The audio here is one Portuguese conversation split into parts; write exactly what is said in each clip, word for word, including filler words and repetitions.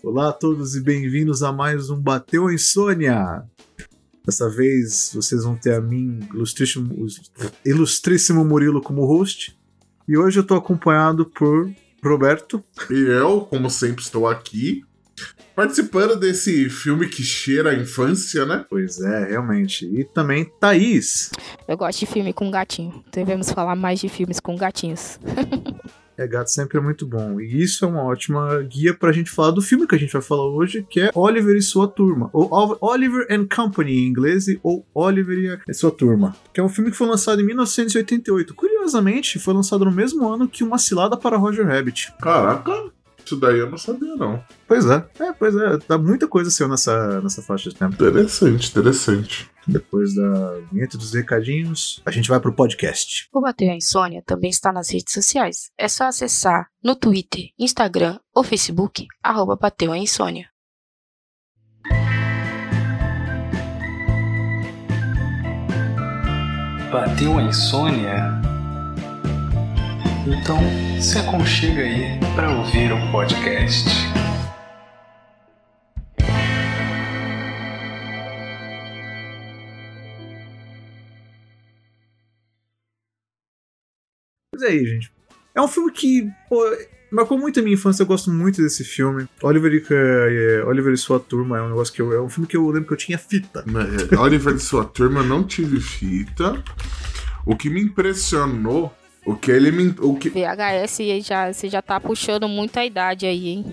Olá a todos e bem-vindos a mais um Bateu a Insônia. Dessa vez vocês vão ter a mim, ilustríssimo, ilustríssimo Murilo como host. E hoje eu tô acompanhado por Roberto. E eu, como sempre, estou aqui, participando desse filme que cheira a infância, né? Pois é, realmente. E também Thaís. Eu gosto de filme com gatinho. Devemos falar mais de filmes com gatinhos. É, gato sempre é muito bom. E isso é uma ótima guia pra gente falar do filme que a gente vai falar hoje, que é Oliver e Sua Turma. Ou Oliver and Company em inglês, ou Oliver e Sua Turma. Que é um filme que foi lançado em mil novecentos e oitenta e oito. Curiosamente, foi lançado no mesmo ano que Uma Cilada para Roger Rabbit. Caraca, isso daí eu não sabia, não. Pois é, é pois é. Dá muita coisa seu nessa, nessa faixa de tempo. Interessante, interessante. Depois da vinheta dos recadinhos, a gente vai pro podcast. O Bateu a Insônia também está nas redes sociais. É só acessar no Twitter, Instagram ou Facebook, arroba Bateu a Insônia. Bateu a insônia? Então se aconchega aí para ouvir o podcast. Mas é aí, gente. É um filme que, pô, marcou muito a minha infância. Eu gosto muito desse filme. Oliver e, é, Oliver e Sua Turma é um negócio que eu, é um filme que eu lembro que eu tinha fita. É, Oliver e Sua Turma, eu não tive fita. O que me impressionou, o que ele me... O que... V H S, já, você já tá puxando muito a idade aí, hein?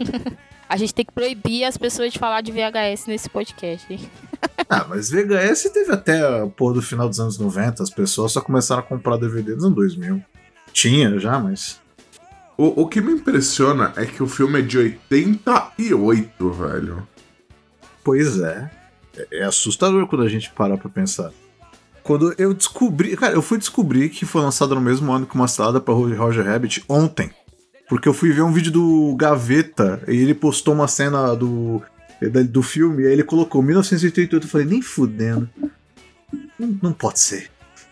A gente tem que proibir as pessoas de falar de V H S nesse podcast, hein? Ah, mas V H S teve até pô, do final dos anos noventa, as pessoas só começaram a comprar D V D nos anos dois mil. Tinha já, mas... O, o que me impressiona é que o filme é de oitenta e oito, velho. Pois é. É, é assustador quando a gente para pra pensar. Quando eu descobri... Cara, eu fui descobrir que foi lançado no mesmo ano que Uma Cilada para Roger Rabbit ontem. Porque eu fui ver um vídeo do Gaveta e ele postou uma cena do... do filme, e aí ele colocou mil novecentos e oitenta e oito, eu falei, nem fudendo. Não, não pode ser.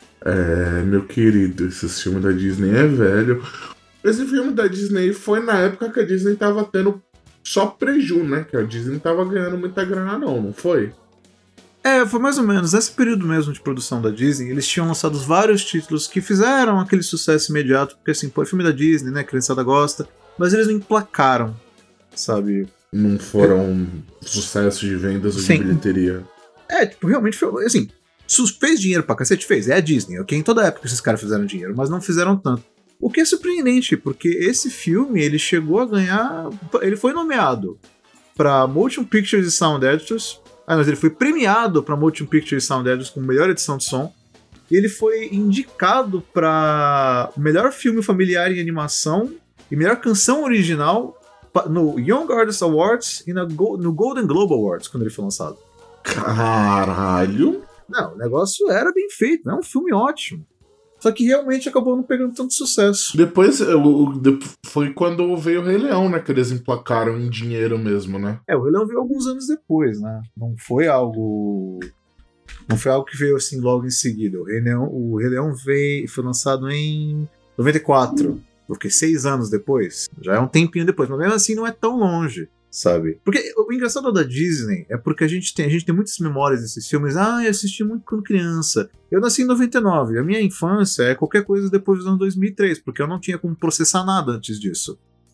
É, meu querido, esse filme da Disney é velho. Esse filme da Disney foi na época que a Disney tava tendo só preju, né? Que a Disney não tava ganhando muita grana não, não foi? É, foi mais ou menos. Esse período mesmo de produção da Disney, eles tinham lançado vários títulos que fizeram aquele sucesso imediato, porque assim, pô, é filme da Disney, né? A criançada gosta, mas eles não emplacaram, sabe? Não foram sucessos de vendas ou de bilheteria. É, tipo, realmente foi, assim, fez dinheiro pra cacete, fez, é a Disney, ok? Em toda época esses caras fizeram dinheiro, mas não fizeram tanto. O que é surpreendente, porque esse filme, ele chegou a ganhar, ele foi nomeado pra Motion Pictures e Sound Editors, ah, mas ele foi premiado pra Motion Pictures e Sound Editors com melhor edição de som, e ele foi indicado pra melhor filme familiar em animação e melhor canção original no Young Artist Awards e no Golden Globe Awards, quando ele foi lançado. Caralho! Não, o negócio era bem feito, é um filme ótimo. Só que realmente acabou não pegando tanto sucesso. Depois, foi quando veio o Rei Leão, né, que eles emplacaram em dinheiro mesmo, né? É, o Rei Leão veio alguns anos depois, né? Não foi algo... Não foi algo que veio assim logo em seguida. O Rei Leão, o Rei Leão veio, foi lançado em noventa e quatro. Porque seis anos depois, já é um tempinho depois, mas mesmo assim não é tão longe, sabe? Porque o engraçado da Disney é porque a gente tem, a gente tem muitas memórias desses filmes. Ah, eu assisti muito quando criança. Eu nasci em noventa e nove, a minha infância é qualquer coisa depois dos anos dois mil e três, porque eu não tinha como processar nada antes disso.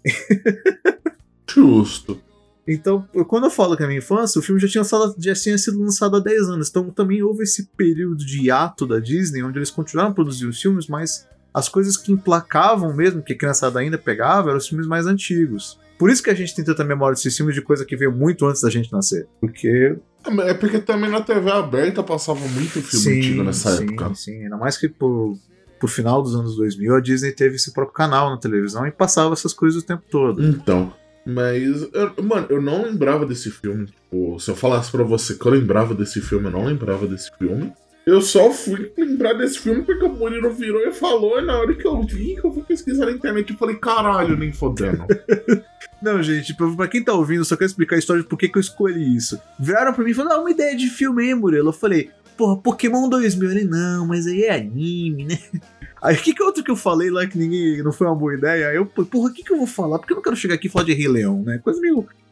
Justo. Então, quando eu falo que é a minha infância, o filme já tinha, lançado, já tinha sido lançado há dez anos, então também houve esse período de hiato da Disney, onde eles continuaram a produzir os filmes, mas as coisas que emplacavam mesmo, que a criançada ainda pegava, eram os filmes mais antigos. Por isso que a gente tem tanta memória desses filmes de coisa que veio muito antes da gente nascer. Porque... É porque também na T V aberta passava muito filme sim, antigo nessa sim, época. Sim, sim. Ainda mais que por, por final dos anos dois mil, a Disney teve esse próprio canal na televisão e passava essas coisas o tempo todo. Então... Mas, eu, mano, eu não lembrava desse filme. Tipo, se eu falasse pra você que eu lembrava desse filme, eu não lembrava desse filme. Eu só fui lembrar desse filme porque o Murilo virou e falou, e na hora que eu vi, que eu fui pesquisar na internet e falei, caralho, nem fodendo. Não, gente, pra, pra quem tá ouvindo, eu só quero explicar a história de por que, que eu escolhi isso. Viraram pra mim e falaram, ah, uma ideia de filme aí, Murilo. Eu falei, porra, Pokémon dois mil. Ele, não, mas aí é anime, né? Aí o que, que outro que eu falei lá que ninguém não foi uma boa ideia? Aí eu, porra, o que, que eu vou falar? Porque eu não quero chegar aqui e falar de Rei Leão, né? Coisa meio,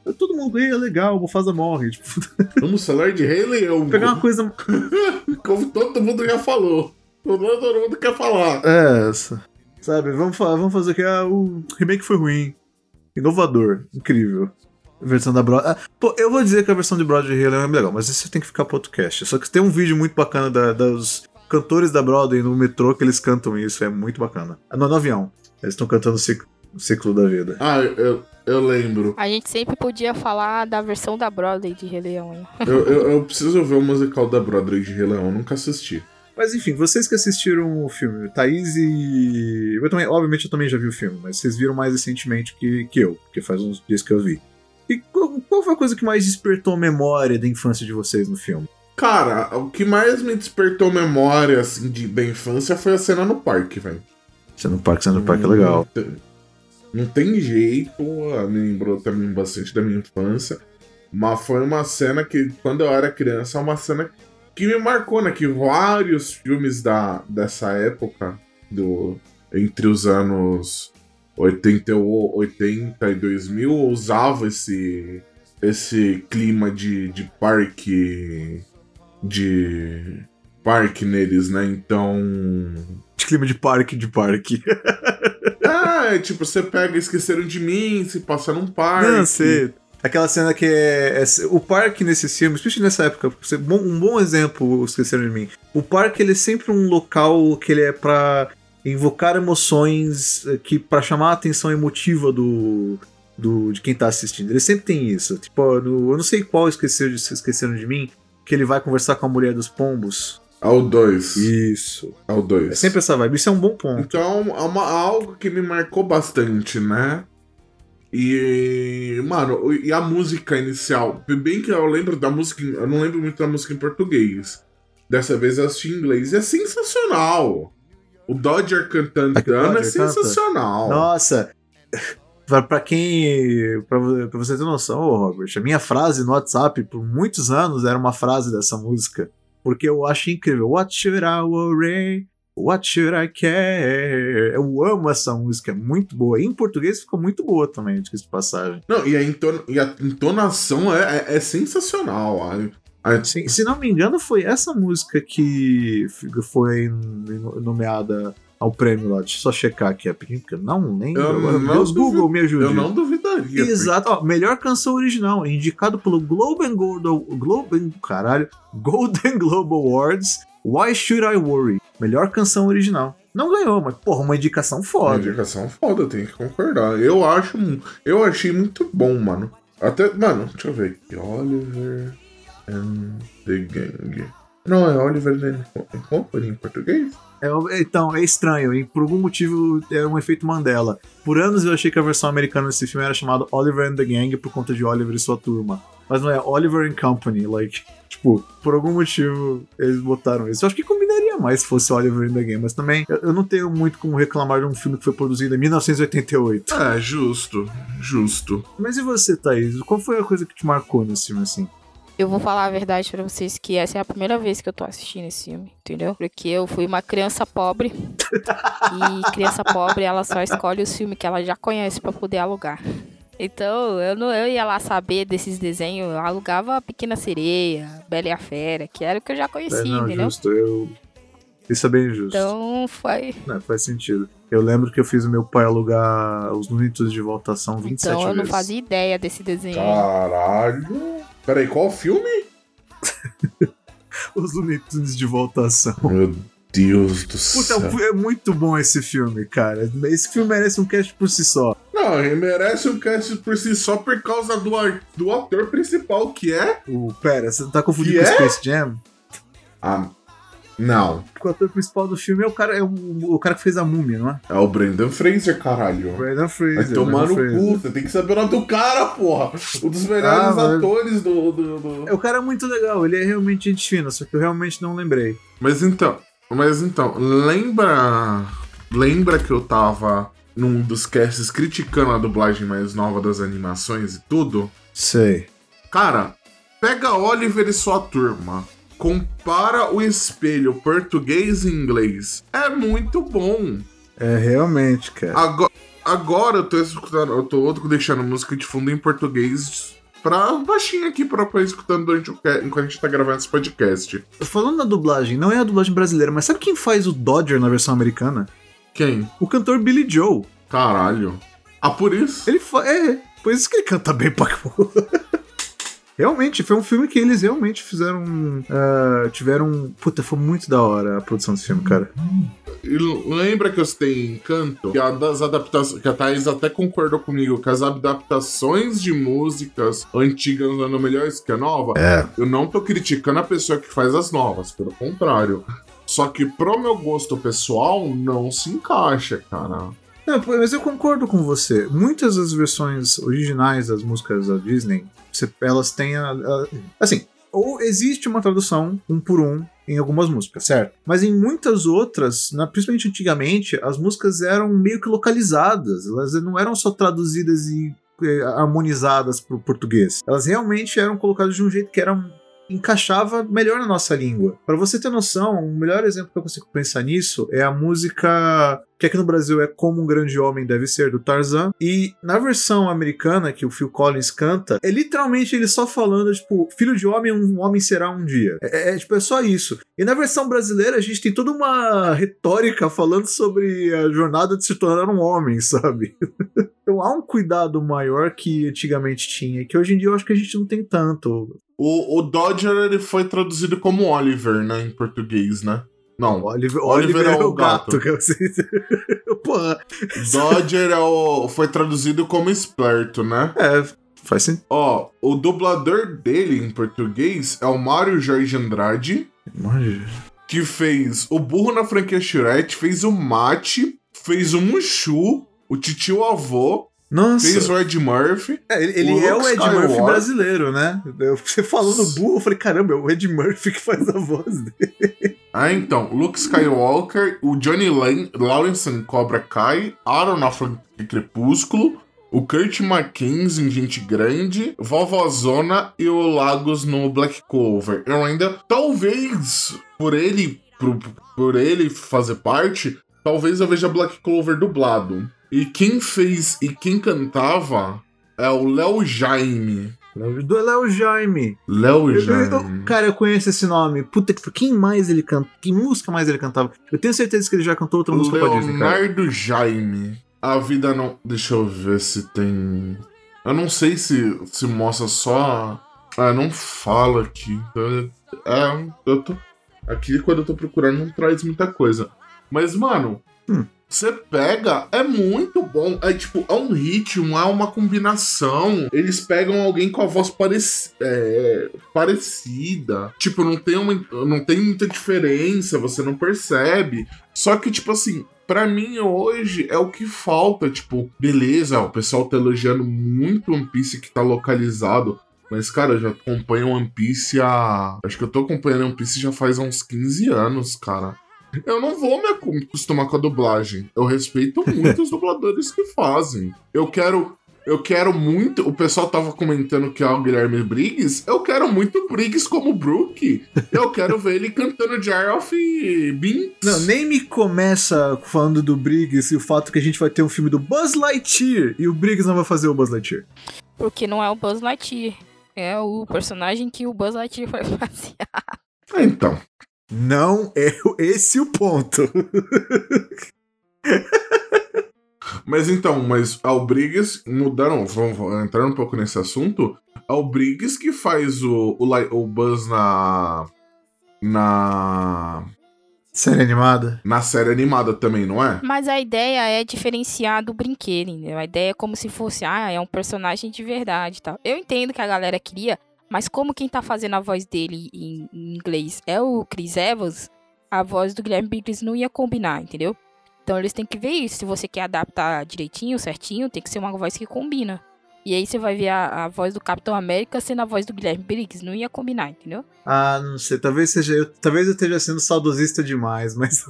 Todo mundo, é legal, o Mufasa morre. Tipo, Vamos falar de Rei Leão. pegar uma coisa... Como todo mundo já falou. Todo mundo, todo mundo quer falar. É, essa. Sabe, vamos, falar, vamos fazer o que? Ah, o remake foi ruim. Inovador, incrível. A versão da Broadway. Ah, pô, eu vou dizer que a versão de Broadway de Rei Leão é legal, mas isso tem que ficar pro outro cast. Só que tem um vídeo muito bacana da, dos cantores da Broadway no metrô que eles cantam isso, é muito bacana. No, no avião. Eles estão cantando o ciclo, o ciclo da vida. Ah, eu, eu lembro. A gente sempre podia falar da versão da Broadway de Rei Leão, hein? Eu, eu, eu preciso ver o musical da Broadway de Rei Leão, eu nunca assisti. Mas enfim, vocês que assistiram o filme, Thaís e... Eu também, obviamente eu também já vi o filme, mas vocês viram mais recentemente que, que eu, porque faz uns dias que eu vi. E qual, qual foi a coisa que mais despertou memória da infância de vocês no filme? Cara, o que mais me despertou memória, assim, de, da infância foi a cena no parque, velho. Cena no parque, cena no parque é legal. Não tem, não tem jeito, me lembrou também bastante da minha infância, mas foi uma cena que, quando eu era criança, é uma cena que me marcou, né? Que vários filmes da, dessa época, do, entre os anos oitenta e dois mil, usavam esse, esse clima de, de parque. De parque neles, né? Então. De clima de parque, de parque. Ah, é tipo, você pega Esqueceram de Mim, se passa num parque. Não, sei. Aquela cena que é, é... O parque nesse filme, especialmente nessa época, um bom exemplo, Esqueceram de Mim. O parque, ele é sempre um local que ele é pra invocar emoções, que pra chamar a atenção emotiva do, do, de quem tá assistindo. Ele sempre tem isso. Tipo, no, eu não sei qual Esqueceram de, Esqueceram de Mim, que ele vai conversar com a mulher dos pombos. Ao dois. Isso. Ao dois. É sempre essa vibe. Isso é um bom ponto. Então, é uma, algo que me marcou bastante, né? E, mano, e a música inicial? Bem que eu lembro da música, eu não lembro muito da música em português. Dessa vez eu assisti em inglês e é sensacional. O Dodger cantando Aqui, o Dodger é sensacional. Canta. Nossa, pra, pra quem. Pra, pra você ter noção, ô Robert, a minha frase no WhatsApp por muitos anos era uma frase dessa música. Porque eu acho incrível. What should I worry? What should I care? Eu amo essa música, é muito boa. E em português ficou muito boa também, de passagem. Não, e a, entona, e a entonação é, é, é sensacional. A, a... Sim, se não me engano, foi essa música que foi nomeada ao prêmio lá. Deixa eu só checar aqui rapidinho, porque eu não lembro. Eu Agora, não Deus, duvido, Google me ajude. Eu não duvidaria. Exato. Ó, melhor canção original, indicado pelo Globe and Gold, Globe, caralho, Golden Globe Awards. Why Should I Worry? Melhor canção original. Não ganhou, mas, porra, uma indicação foda. Uma indicação foda, eu tenho que concordar. Eu acho, eu achei muito bom, mano. Até, mano, deixa eu ver aqui. Oliver and the Gang. Não, é Oliver and Company em português? É, então, é estranho. E por algum motivo é um efeito Mandela. Por anos eu achei que a versão americana desse filme era chamada Oliver and the Gang por conta de Oliver e sua turma. Mas não é Oliver and Company, like... Tipo, por algum motivo eles botaram isso. Eu acho que combinaria mais se fosse Oliver and the Game, mas também eu não tenho muito como reclamar de um filme que foi produzido em mil novecentos e oitenta e oito. É, justo, justo. Mas e você, Thaís? Qual foi a coisa que te marcou nesse filme, assim? Eu vou falar a verdade pra vocês que essa é a primeira vez que eu tô assistindo esse filme, entendeu? Porque eu fui uma criança pobre e criança pobre, ela só escolhe os filmes que ela já conhece pra poder alugar. Então, eu não eu ia lá saber desses desenhos, eu alugava Pequena Sereia, Bela e a Fera, que era o que eu já conhecia, é, não, entendeu? Justo, eu... Isso é bem justo. Então, foi... Não, faz sentido. Eu lembro que eu fiz o meu pai alugar os Looney Tunes de voltação vinte e sete vezes. Então, eu não fazia ideia desse desenho. Caralho! Peraí, qual filme? Os Looney Tunes de voltação. Meu Deus do céu. Puta, é muito bom esse filme, cara. Esse filme merece um cast por si só. Não, ele merece um cast por si só por causa do, do ator principal, que é... O, pera, você tá confundindo que com é? Space Jam? Ah, não. O ator principal do filme é o cara, é o, o cara que fez a múmia, não é? É o Brendan Fraser, caralho. Brendan Fraser. Vai tomar no Fraser. cu, você tem que saber o nome do cara, porra. Um dos melhores Ah, atores do, do, do... É, o cara é muito legal, ele é realmente gente fina, só que eu realmente não lembrei. Mas então, mas então, lembra... Lembra que eu tava num dos casts criticando a dublagem mais nova das animações e tudo? Sei. Cara, pega Oliver e sua turma, compara o espelho português e inglês. É muito bom. É, realmente, cara. Agora, agora eu tô escutando, eu tô deixando música de fundo em português pra baixinho aqui pra pra ir escutando durante o ca- enquanto a gente tá gravando esse podcast. Falando na dublagem, não é a dublagem brasileira, mas sabe quem faz o Dodger na versão americana? Quem? O cantor Billy Joe. Caralho. Ah, por isso? Ele fa... É, por isso que ele canta bem pra porra. Realmente, foi um filme que eles realmente fizeram. Uh, tiveram. Puta, foi muito da hora a produção desse filme, cara. E lembra que eu citei Encanto? Que a das adaptações. Que a Thaís até concordou comigo, que as adaptações de músicas antigas andam melhores que a nova. É. Eu não tô criticando a pessoa que faz as novas, pelo contrário. Só que pro meu gosto pessoal, não se encaixa, cara. Não, mas eu concordo com você. Muitas das versões originais das músicas da Disney, você- elas têm a, a- assim, ou existe uma tradução um por um em algumas músicas, certo? Mas em muitas outras, na- principalmente antigamente, as músicas eram meio que localizadas. Elas não eram só traduzidas e eh, harmonizadas para o português. Elas realmente eram colocadas de um jeito que era encaixava melhor na nossa língua. Para você ter noção, o melhor exemplo que eu consigo pensar nisso é a música que aqui no Brasil é Como um Grande Homem Deve Ser, do Tarzan, e na versão americana, que o Phil Collins canta, é literalmente ele só falando, tipo, filho de homem, um homem será um dia. É, é, tipo, é só isso. E na versão brasileira, a gente tem toda uma retórica falando sobre a jornada de se tornar um homem, sabe? Então há um cuidado maior que antigamente tinha, que hoje em dia eu acho que a gente não tem tanto. O, o Dodger, ele foi traduzido como Oliver, né, em português, né? Não, Oliver, Oliver Oliver é é o o gato. gato. Que eu sei. Porra. Dodger é o, foi traduzido como esperto, né? É, faz sentido. Ó, o dublador dele em português é o Mário Jorge Andrade, que fez o burro na franquia Shrek, fez o Mate, fez o Mushu, o Titio Avô, Nossa. fez o Ed Murphy. É, ele ele o é o Luke Ed Murphy Skywalker. brasileiro, né? Eu- Você falou no burro, eu falei, caramba, é o Ed Murphy que faz a voz dele. Ah, então, Luke Skywalker, o Johnny Lan- Lawrence em Cobra Kai, Aaron na franquia Crepúsculo, o Kurt Mackenzie em Gente Grande, Vovozona e o Lagos no Black Clover. Eu ainda, talvez, por ele, por, por ele fazer parte, talvez eu veja Black Clover dublado. E quem fez e quem cantava é o Léo Jaime. Do Léo Jaime. Léo Eu- eu- Jaime. eu- cara, eu conheço esse nome. Puta que. Quem mais ele canta? Que música mais ele cantava? Eu tenho certeza que ele já cantou outra música pra Disney, cara. Leonardo Jaime. A vida não. Deixa eu ver se tem. Eu não sei se, se mostra só. Ah, não fala aqui. É, eu tô. Aqui quando eu tô procurando não traz muita coisa. Mas, mano, Hum. você pega, é muito bom. É tipo, é um ritmo, é uma combinação. Eles pegam alguém com a voz parec é, parecida. Tipo, não tem, uma, não tem muita diferença, você não percebe. Só que, tipo assim, pra mim hoje é o que falta. Tipo, beleza, o pessoal tá elogiando muito One Piece que tá localizado. Mas, cara, eu já acompanho One Piece há. Acho que eu tô acompanhando One Piece já faz uns quinze anos, cara. Eu não vou me acostumar com a dublagem. Eu respeito muito os dubladores que fazem. Eu quero. Eu quero muito. O pessoal tava comentando que é o Guilherme Briggs. Eu quero muito o Briggs como Brook. Eu quero ver ele cantando Jar of Beans. Não, nem me começa falando do Briggs e o fato que a gente vai ter um filme do Buzz Lightyear e o Briggs não vai fazer o Buzz Lightyear. Porque não é o Buzz Lightyear. É o personagem que o Buzz Lightyear vai fazer. Ah, então. Não é esse o ponto. Mas então, mas é o Briggs, mudaram, vamos vamos entrar um pouco nesse assunto. É o Briggs que faz o, o, Li- o Buzz na. Na. Série animada? Na série animada também, não é? Mas a ideia é diferenciar do brinquedo, entendeu? A ideia é como se fosse, ah, é um personagem de verdade e tal. Eu entendo que a galera queria, mas como quem tá fazendo a voz dele em, em inglês é o Chris Evans, a voz do Guilherme Briggs não ia combinar, entendeu? Então eles têm que ver isso. Se você quer adaptar direitinho, certinho, tem que ser uma voz que combina. E aí você vai ver a, a voz do Capitão América sendo a voz do Guilherme Briggs. Não ia combinar, entendeu? Ah, não sei. Talvez seja eu. Talvez eu esteja sendo saudosista demais, mas.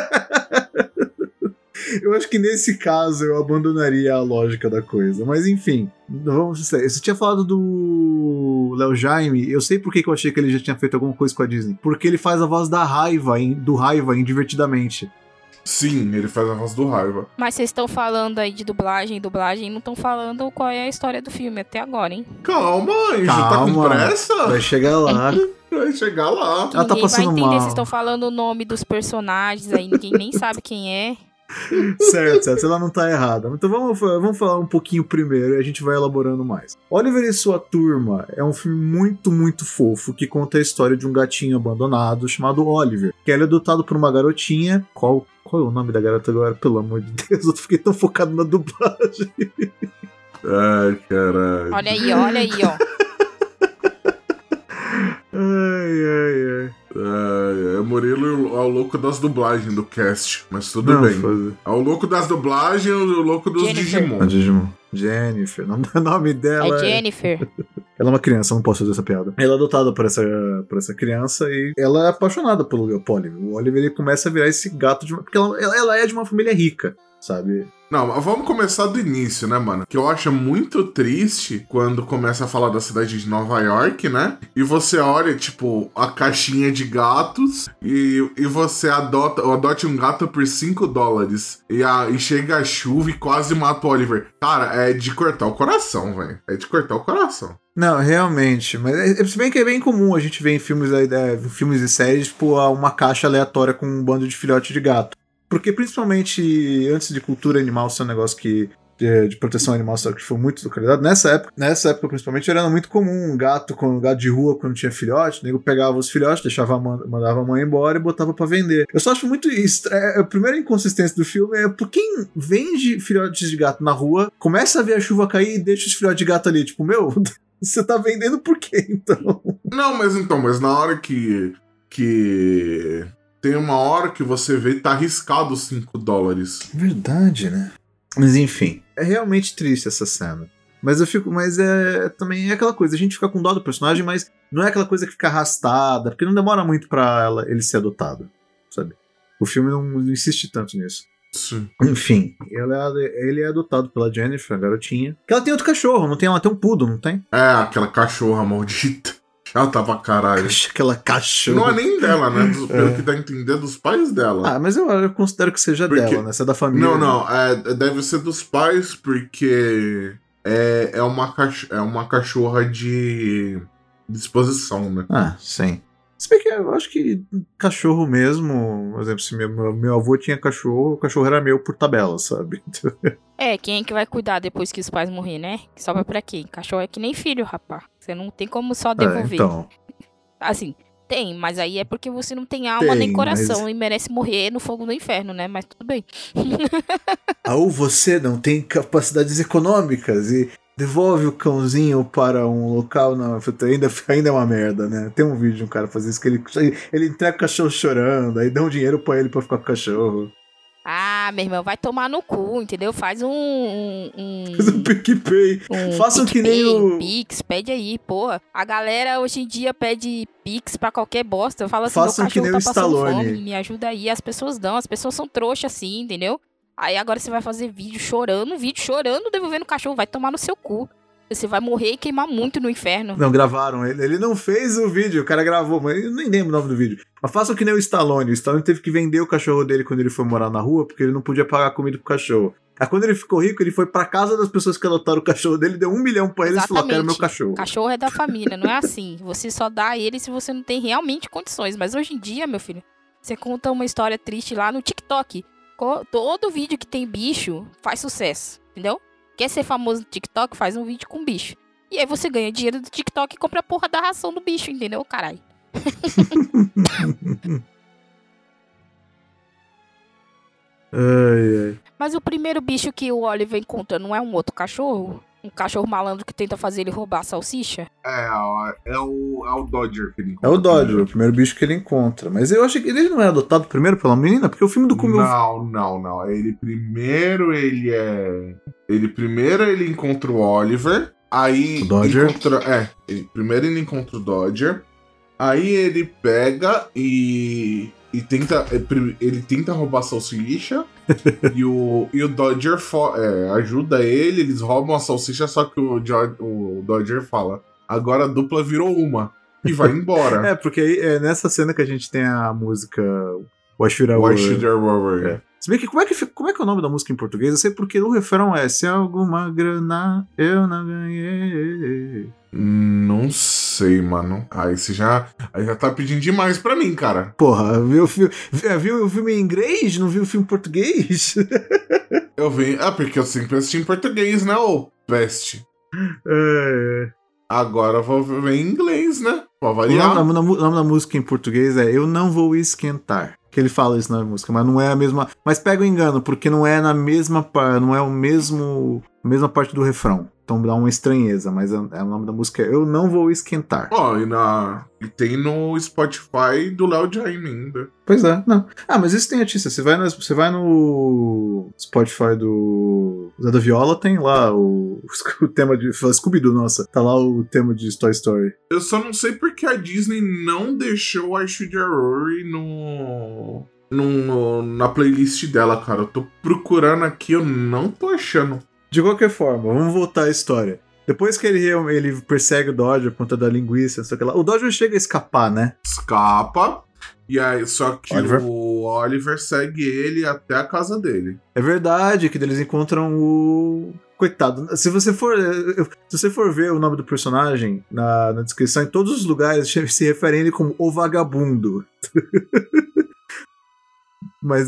Eu acho que nesse caso eu abandonaria a lógica da coisa. Mas enfim, vamos ser. Você tinha falado do Léo Jaime. Eu sei por que que eu achei que ele já tinha feito alguma coisa com a Disney. Porque ele faz a voz da raiva, em, do raiva em Divertidamente. Sim, ele faz a voz do Raiva. Mas vocês estão falando aí de dublagem, dublagem, não estão falando qual é a história do filme até agora, hein? Calma, Anjo, tá com Calma. pressa? Vai chegar lá. Vai chegar lá. Ela tá Ninguém vai passando entender, mal. vocês estão falando o nome dos personagens aí, ninguém nem sabe quem é. Certo, certo, ela não tá errada. Então vamos, vamos falar um pouquinho primeiro e a gente vai elaborando mais. Oliver e Sua Turma é um filme muito, muito fofo que conta a história de um gatinho abandonado chamado Oliver, que ele é adotado por uma garotinha. Qual, qual é o nome da garota agora? Pelo amor de Deus, eu fiquei tão focado na dublagem. Ai, caralho. Olha aí, olha aí, ó. Ai, ai, ai. É, é Murilo é o louco das dublagens do cast, mas tudo Não, bem. foi- É o louco das dublagens e o louco dos Jennifer. Digimon. A Digimon. Jennifer, o nome dela É Jennifer. Ela é uma criança, eu não posso fazer essa piada. Ela é adotada por essa, por essa criança e ela é apaixonada pelo Oliver. O Oliver ele começa a virar esse gato de uma... Porque ela, ela é de uma família rica, sabe? Não, mas vamos começar do início, né, mano? Que eu acho muito triste quando começa a falar da cidade de Nova York, né? E você olha, tipo, a caixinha de gatos e, e você adota, adote um gato por cinco dólares. E, a, e chega a chuva e quase mata o Oliver. Cara, é de cortar o coração, velho. É de cortar o coração. Não, realmente. Mas é, se bem que é bem comum a gente ver em filmes, aí, é, em filmes e séries, tipo, uma caixa aleatória com um bando de filhote de gato. Porque principalmente antes de cultura animal ser um negócio que de, de proteção animal só que foi muito localizado, nessa época, nessa época principalmente era muito comum um gato com um gato de rua quando tinha filhote, o nego pegava os filhotes, deixava a mãe, mandava a mãe embora e botava pra vender. Eu só acho muito isso. É, a primeira inconsistência do filme é por quem vende filhotes de gato na rua, começa a ver a chuva cair e deixa os filhotes de gato ali, tipo, meu, você tá vendendo por quê, então? Não, mas então, mas na hora que. que. Tem uma hora que você vê e tá arriscado os cinco dólares. Verdade, né? Mas enfim, é realmente triste essa cena. Mas eu fico, mas é também é aquela coisa, a gente fica com dó do personagem, mas não é aquela coisa que fica arrastada, porque não demora muito pra ela, ele ser adotado, sabe? O filme não, não insiste tanto nisso. Sim. Enfim, ela, ele é adotado pela Jennifer, a garotinha. Que ela tem outro cachorro, não tem? Ela tem um poodle, não tem? É, aquela cachorra maldita. Chata pra caralho. Aquela cachorra. Não é nem dela, né? Do, pelo que dá a entender, dos pais dela. Ah, mas eu, eu considero que seja Porque- dela, né? Você é da família. Não, não, é, deve ser dos pais, porque é, é, uma, cach é uma cachorra de disposição, né? Ah, sim. Se bem que eu acho que cachorro mesmo, por exemplo, se meu, meu, meu avô tinha cachorro, o cachorro era meu por tabela, sabe? É, quem é que vai cuidar depois que os pais morrerem, né? Que sobra pra quem? Cachorro é que nem filho, rapaz. Você não tem como só É, devolver. então. Assim, tem, mas aí é porque você não tem alma Tem, nem coração mas- e merece morrer no fogo do inferno, né? Mas tudo bem. Ah, ou você não tem capacidades econômicas e devolve o cãozinho para um local, não, ainda, ainda é uma merda, né? Tem um vídeo de um cara fazer isso, que ele, ele entrega o cachorro chorando, aí dá um dinheiro pra ele pra ficar com o cachorro. Ah, meu irmão, vai tomar no cu, entendeu? Faz um... um, um... Faz um PicPay. Um Façam que nem PicPay, o- um Pix, pede aí, porra. A galera hoje em dia pede Pix pra qualquer bosta. Fala assim, Façam meu que cachorro nem tá o passando Stallone. fome, me ajuda aí. As pessoas dão, as pessoas são trouxas assim, entendeu? Aí agora você vai fazer vídeo chorando, um vídeo chorando, devolvendo o cachorro, vai tomar no seu cu. Você vai morrer e queimar muito no inferno. Não, gravaram ele. Ele não fez o vídeo, o cara gravou, mas eu nem lembro o nome do vídeo. Mas façam que nem o Stallone. O Stallone teve que vender o cachorro dele quando ele foi morar na rua, porque ele não podia pagar comida pro cachorro. Aí quando ele ficou rico, ele foi pra casa das pessoas que adotaram o cachorro dele, deu um milhão pra eles e falou: quero meu cachorro. Cachorro é da família, não é assim. Você só dá a ele se você não tem realmente condições. Mas hoje em dia, meu filho, você conta uma história triste lá no TikTok. Co- Todo vídeo que tem bicho faz sucesso, entendeu? Quer ser famoso no TikTok, faz um vídeo com bicho. E aí você ganha dinheiro do TikTok e compra a porra da ração do bicho, entendeu, caralho? Ai, ai. Mas o primeiro bicho que o Oliver encontra não é um outro cachorro? Um cachorro malandro que tenta fazer ele roubar a salsicha? É, é o, é o Dodger que ele É encontra. o Dodger, o primeiro bicho que ele encontra. Mas eu acho que ele não é adotado primeiro pela menina, porque o filme do Kumo. Não, não, não. Ele primeiro ele é. Ele primeiro ele encontra o Oliver. Aí. O Dodger? Encontra, é. Ele, primeiro ele encontra o Dodger. Aí ele pega e. E tenta. Ele tenta roubar a salsicha. e, o, e o Dodger fo- é, ajuda ele, eles roubam a salsicha, só que o, Jo- o Dodger fala: agora a dupla virou uma. E vai embora. É, porque aí é nessa cena que a gente tem a música Why Should I Why Worry? should I worry? É. Se bem que como é que, como é que é o nome da música em português? Eu sei porque o refrão é se alguma grana eu não ganhei. Não sei, mano. Aí você já, aí já tá pedindo demais pra mim, cara. Porra, viu o filme, viu o filme em inglês? Não viu o filme em português? Eu vi. Ah, porque eu sempre assisti em português, né, ô peste? É. Agora eu vou ver em inglês, né? Pra O variar. nome, da, o nome da música em português é Eu Não Vou Esquentar. Que ele fala isso na música, mas não é a mesma. Mas pega o engano, porque não é na mesma pa- não é o mesmo a mesma parte do refrão. Então dá uma estranheza, mas é, é o nome da música é Eu Não Vou Esquentar. Ó, e, na... e tem no Spotify do Léo Jaime ainda. Pois é, não. Ah, mas isso tem artista. Você vai, nas, você vai no Spotify do Zé da Viola, tem lá o, o tema de. Scooby-Doo, nossa. Tá lá o tema de Toy Story. Eu só não sei porque a Disney não deixou a Should Rory no... no. na playlist dela, cara. Eu tô procurando aqui, eu não tô achando. De qualquer forma, vamos voltar à história. Depois que ele, ele persegue o Dodger por conta da linguiça, não sei o que lá, o Dodger chega a escapar, né? Escapa. E aí, só que Oliver? o Oliver segue ele até a casa dele. É verdade que eles encontram o... Coitado, se você for se você for ver o nome do personagem na, na descrição, em todos os lugares se referem a ele como o vagabundo. Mas...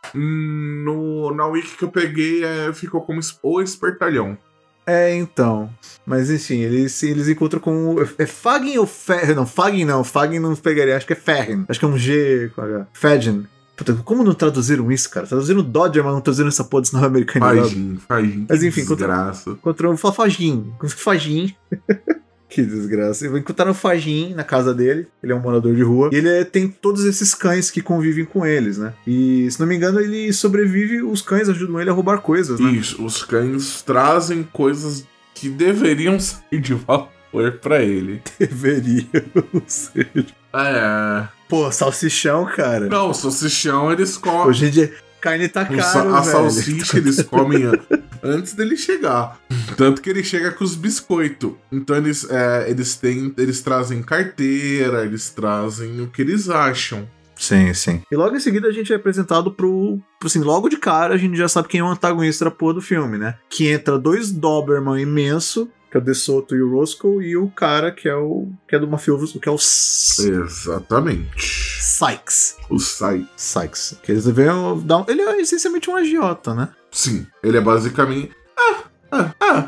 No, na wiki que eu peguei, é, ficou como es- o espertalhão. É, então. Mas enfim, eles, eles encontram com. É Fagin ou Ferrin? Não, Fagin não. Fagin não pegaria. Acho que é Ferrin. Acho que é um G com H. Fagin. Puta, como não traduziram isso, cara? Traduziram Dodger, mas não traduziram essa porra desse nome americano. Fagin, Fagin. Mas enfim, contra- desgraça. Encontrou o Fagin. Fagin. Que desgraça. Encontraram o Fagin na casa dele. Ele é um morador de rua. E ele é- tem todos esses cães que convivem com eles, né? E, se não me engano, ele sobrevive. Os cães ajudam ele a roubar coisas, né? Isso, os cães trazem coisas que deveriam sair de valor pra ele. Deveriam ser. É. Pô, salsichão, cara. Não, o salsichão eles comem. Hoje em dia, carne tá O caro, sa- a velho. salsicha eles comem an- antes dele chegar. Tanto que ele chega com os biscoitos. Então eles, é, eles, têm, eles trazem carteira, eles trazem o que eles acham. Sim, sim. E logo em seguida a gente é apresentado pro, pro... Assim, logo de cara a gente já sabe quem é o antagonista da porra do filme, né? Que entra dois Doberman imenso, que é o DeSoto e o Roscoe, e o cara que é o... que é do mafioso, que é o... S- Exatamente. Sykes. O Sai. Sykes. Que eles devem dar um... Ele é essencialmente um agiota, né? Sim, ele é basicamente. Ah, ah, ah.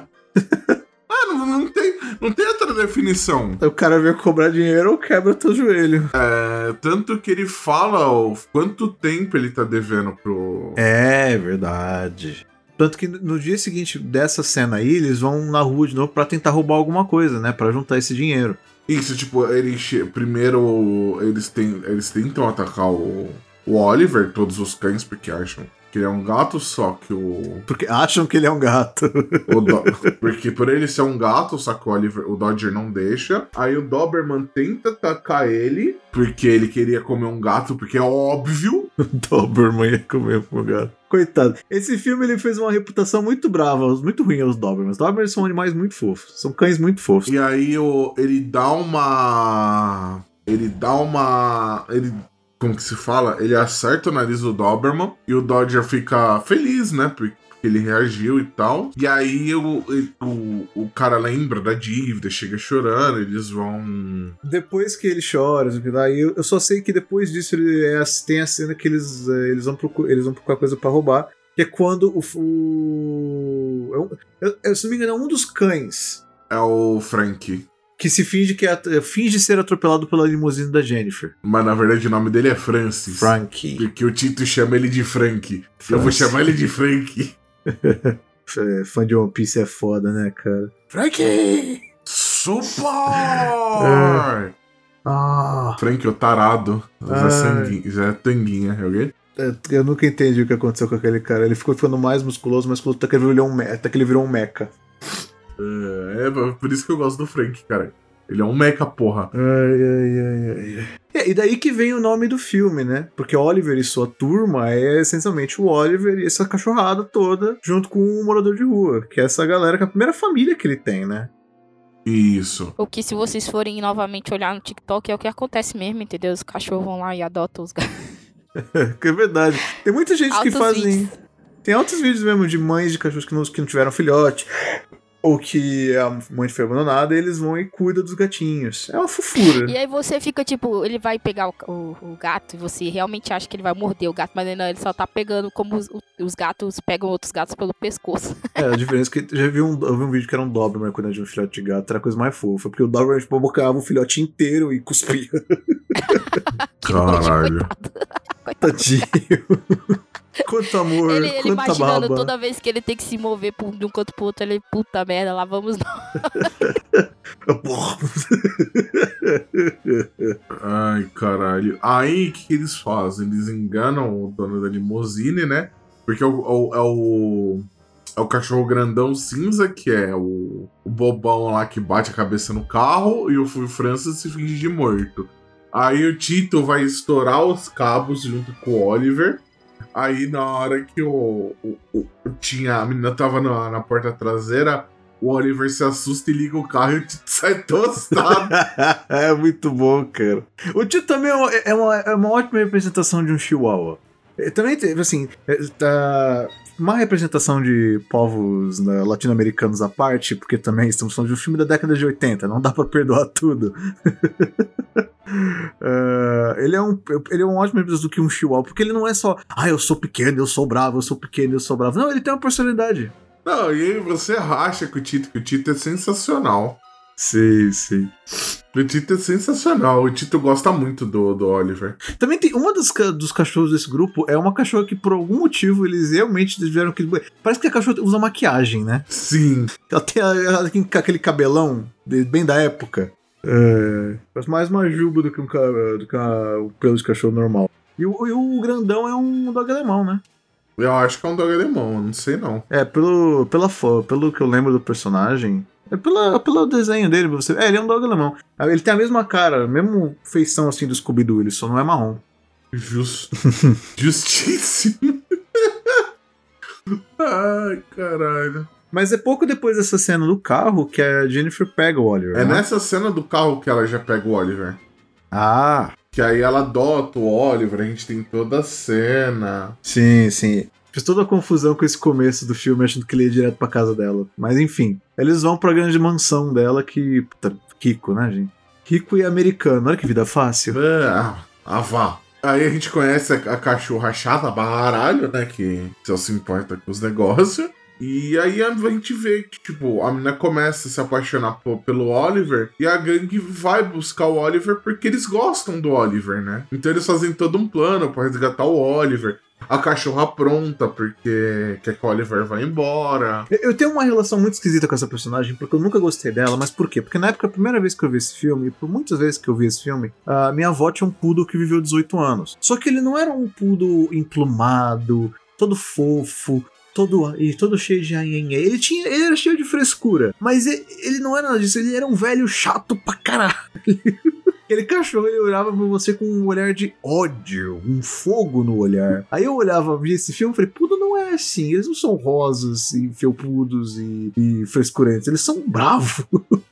ah não, não, tem, não tem outra definição. O cara vem cobrar dinheiro ou quebra teu joelho. É, tanto que ele fala o quanto tempo ele tá devendo pro. É verdade. Tanto que no dia seguinte dessa cena aí, eles vão na rua de novo pra tentar roubar alguma coisa, né? Pra juntar esse dinheiro. Isso, tipo, ele che- primeiro eles, tem, eles tentam atacar o, o Oliver, todos os cães, porque acham que ele é um gato, só que o. Porque acham que ele é um gato. o Do- porque por ele ser um gato, só que o, Oliver, o Dodger não deixa. Aí o Doberman tenta atacar ele, porque ele queria comer um gato, porque é óbvio. Doberman ia comer com o gato. Coitado. Esse filme ele fez uma reputação muito brava, muito ruim aos Dobermans. Os Dobermans são animais muito fofos. São cães muito fofos. E aí o, ele dá uma. Ele dá uma. Ele. Como que se fala? Ele acerta o nariz do Doberman e o Dodger fica feliz, né? Porque ele reagiu e tal. E aí o, o, o cara lembra da dívida, chega chorando, eles vão. Depois que ele chora, daí eu eu só sei que depois disso ele é, tem a cena que eles, é, eles, vão procurar, eles vão procurar coisa pra roubar. Que é quando o. o eu, eu, eu, se não me engano, é um dos cães É o Frank. que se finge que é, finge ser atropelado pela limusine da Jennifer. Mas na verdade o nome dele é Francis. Frankie. Porque o Tito chama ele de Frank. Eu vou Francis. chamar ele de Frank. É, fã de One Piece é foda, né, cara? Frankie! Super! Ah! Frank, o tarado. Zé, Ai. sanguinho, Zé Tanguinha, é alguém? Eu nunca entendi o que aconteceu com aquele cara. Ele ficou ficando mais musculoso, mais musculoso, até que ele virou um, me- até que ele virou um mecha. É, é por isso que eu gosto do Frank, cara. Ele é um mecha, porra. Ai, ai, ai, ai, ai. É, e daí que vem o nome do filme, né? Porque Oliver e sua turma é essencialmente o Oliver e essa cachorrada toda, junto com o morador de rua, que é essa galera, que é a primeira família que ele tem, né? Isso. O que, se vocês forem novamente olhar no TikTok, é o que acontece mesmo, entendeu? Os cachorros vão lá e adotam os gatos. É verdade. Tem muita gente Altos que fazem... vídeos. Tem outros vídeos mesmo de mães de cachorros que não, que não tiveram filhote, ou que a mãe foi abandonada, e eles vão e cuidam dos gatinhos. É uma fofura. E aí você fica tipo, ele vai pegar o, o, o gato e você realmente acha que ele vai morder o gato, mas não, ele só tá pegando como os, os gatos pegam outros gatos pelo pescoço. É, a diferença é que já vi um, eu vi um vídeo que era um Doberman cuidando de um filhote de gato, era a coisa mais fofa, porque o Doberman tipo, bocava o filhote inteiro e cuspia. Caralho. Tadinho. Quanto amor, Ele, ele quanta imaginando baba. toda vez que ele tem que se mover por- de um canto pro outro, ele, puta merda, lá vamos nós. Ai, caralho. Aí, o que, que eles fazem? Eles enganam o dono da limusine, né? Porque é o, é o, é o, é o cachorro grandão cinza, que é o, o bobão lá que bate a cabeça no carro, e o Francis se finge de morto. Aí o Tito vai estourar os cabos junto com o Oliver. Aí, na hora que o, o, o- tinha, a menina tava na, na porta traseira, o Oliver se assusta e liga o carro e o Tito sai tostado. É muito bom, cara. O Tito também é uma, é uma, é uma ótima representação de um chihuahua. É, também teve, assim, é, tá, uma representação de povos né, latino-americanos à parte, porque também estamos falando de um filme da década de oitenta, não dá pra perdoar tudo. É, ele, é um, ele é um ótimo representante do que um chihuahua, porque ele não é só, ah, eu sou pequeno, eu sou bravo, eu sou pequeno, eu sou bravo. Não, ele tem uma personalidade. Não, e aí você racha com o Tito, que o Tito é sensacional. Sim, sim. O Tito é sensacional. O Tito gosta muito do, do Oliver. Também tem uma dos, ca- dos cachorros desse grupo é uma cachorra que por algum motivo eles realmente tiveram que. Parece que a cachorra usa maquiagem, né? Sim. Ela tem, a- ela tem aquele cabelão de- bem da época. É. Parece mais uma juba do que um, ca- do que uma- o pelo de cachorro normal. E o, e o grandão é um dog alemão, né? Eu acho que é um dog alemão, eu não sei não. É, pelo, pela, fo- pelo que eu lembro do personagem. É pela, pelo desenho dele, você. É, ele é um dog alemão. Ele tem a mesma cara, a mesma feição assim do Scooby-Doo, ele só não é marrom. Justo. Justíssimo. Ai, caralho. Mas é pouco depois dessa cena do carro que a Jennifer pega o Oliver. É né? nessa cena do carro que ela já pega o Oliver. Ah, Que aí ela adota o Oliver, a gente tem toda a cena. sim, sim. Fiz toda a confusão com esse começo do filme, achando que ele ia direto pra casa dela. Mas enfim, eles vão pra grande mansão dela que. Puta, rico, né, gente? Rico e americano. Olha que vida fácil. Ah, ah, vá. Aí a gente conhece a, a cachorra chata, baralho, né? Que só se importa com os negócios. E aí a gente vê que, tipo, a menina começa a se apaixonar po- pelo Oliver e a gangue vai buscar o Oliver porque eles gostam do Oliver, né? Então eles fazem todo um plano pra resgatar o Oliver. A cachorra pronta porque quer que o Oliver vá embora. Eu eu tenho uma relação muito esquisita com essa personagem, porque eu nunca gostei dela, mas por quê? Porque na época, a primeira vez que eu vi esse filme, e por muitas vezes que eu vi esse filme, a minha avó tinha um poodle que viveu dezoito anos. Só que ele não era um poodle emplumado, todo fofo, todo, e todo cheio de anhenhê. Ele tinha, ele era cheio de frescura, mas ele, ele não era nada disso, ele era um velho chato pra caralho. Aquele cachorro, ele olhava pra você com um olhar de ódio, um fogo no olhar. Aí eu olhava, via esse filme e falei, pudo não é assim, eles não são rosos e felpudos e, e frescurentos, eles são bravos.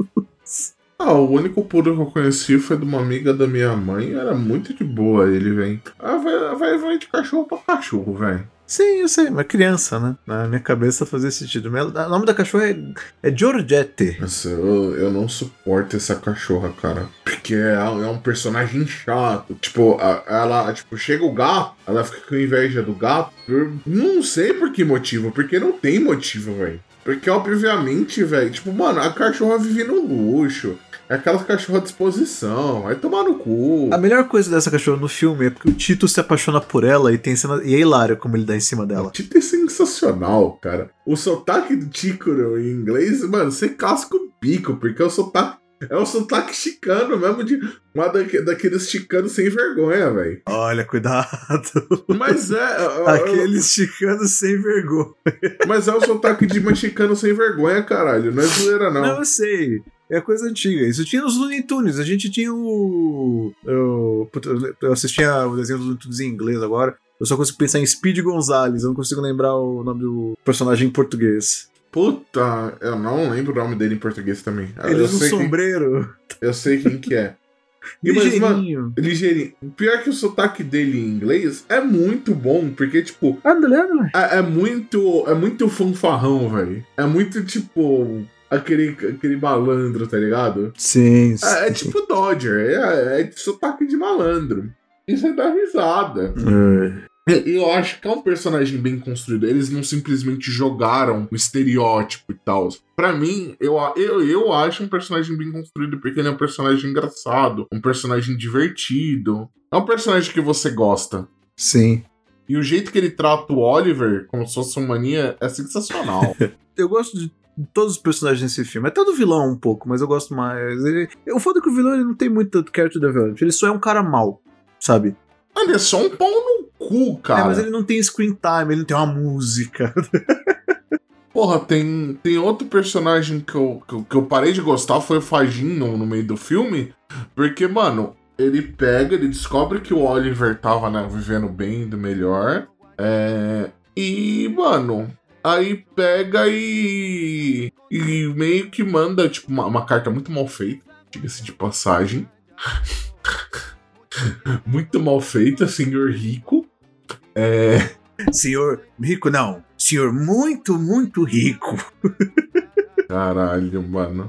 Ah, o único poodle que eu conheci foi de uma amiga da minha mãe. Era muito de boa ele, velho. Ah, vai, vai, vai de cachorro pra cachorro, velho. Sim, eu sei, mas criança, né? Na minha cabeça fazia sentido. Mas O nome da cachorra é, é Georgette. Nossa, eu, eu não suporto essa cachorra, cara. Porque é, é um personagem chato. Tipo, a- ela, tipo, chega o gato, ela fica com inveja do gato. Eu não sei por que motivo, porque não tem motivo, velho. Porque, obviamente, velho, tipo, mano, a cachorra vive no luxo. É aquela cachorra à disposição. Vai tomar no cu. A melhor coisa dessa cachorra no filme é porque o Tito se apaixona por ela e tem cena. E é hilário como ele dá em cima O dela. Tito é sensacional, cara. O sotaque do Tícoro em inglês, mano, você casca o bico, porque é o sotaque. É o sotaque chicano mesmo, de uma daque- daqueles chicanos sem vergonha, velho. Olha, cuidado. Mas é. é- é- Aqueles chicanos sem vergonha. Mas é o sotaque de mexicano sem vergonha, caralho. Não é zoeira, não. Não, eu sei. É coisa antiga. Isso tinha nos Looney Tunes. A gente tinha o. Eu, puta, eu assistia o desenho dos Looney Tunes em inglês agora. Eu só consigo pensar em Speed Gonzales. Eu não consigo lembrar o nome do personagem em português. Puta, eu não lembro o nome dele em português também. Ele eu, usa um sei quem, sombreiro. eu sei quem que é. Ligeirinho. Mas, ligeirinho. Pior que o sotaque dele em inglês é muito bom, porque, tipo, é, é muito. É muito fanfarrão, velho. É muito, tipo. Aquele, aquele malandro, tá ligado? Sim, sim. É, é tipo Dodger, é, é sotaque de malandro. Isso é dar risada. É. Eu acho que é um personagem bem construído. Eles não simplesmente jogaram o estereótipo e tal. Pra mim, eu, eu, eu acho um personagem bem construído porque ele é um personagem engraçado, um personagem divertido. É um personagem que você gosta. Sim. E o jeito que ele trata o Oliver, como se fosse uma mania, é sensacional. Eu gosto de todos os personagens desse filme. Até do vilão um pouco, mas eu gosto mais. Ele... O foda é que o vilão ele não tem muito character development. Ele só é um cara mau, sabe? Ele é só um pau no cu, cara. É, mas ele não tem screen time, ele não tem uma música. Porra, tem, tem outro personagem que eu, que, eu, que eu parei de gostar, foi o Fagin no, no meio do filme. Porque, mano, ele pega, ele descobre que o Oliver tava, né, vivendo bem, do melhor. É, e, mano, aí pega e, e meio que manda, tipo, uma, uma carta muito mal feita, diga-se de passagem. Muito mal feita, senhor rico. É... Senhor rico, não. Senhor muito, muito rico. Caralho, mano.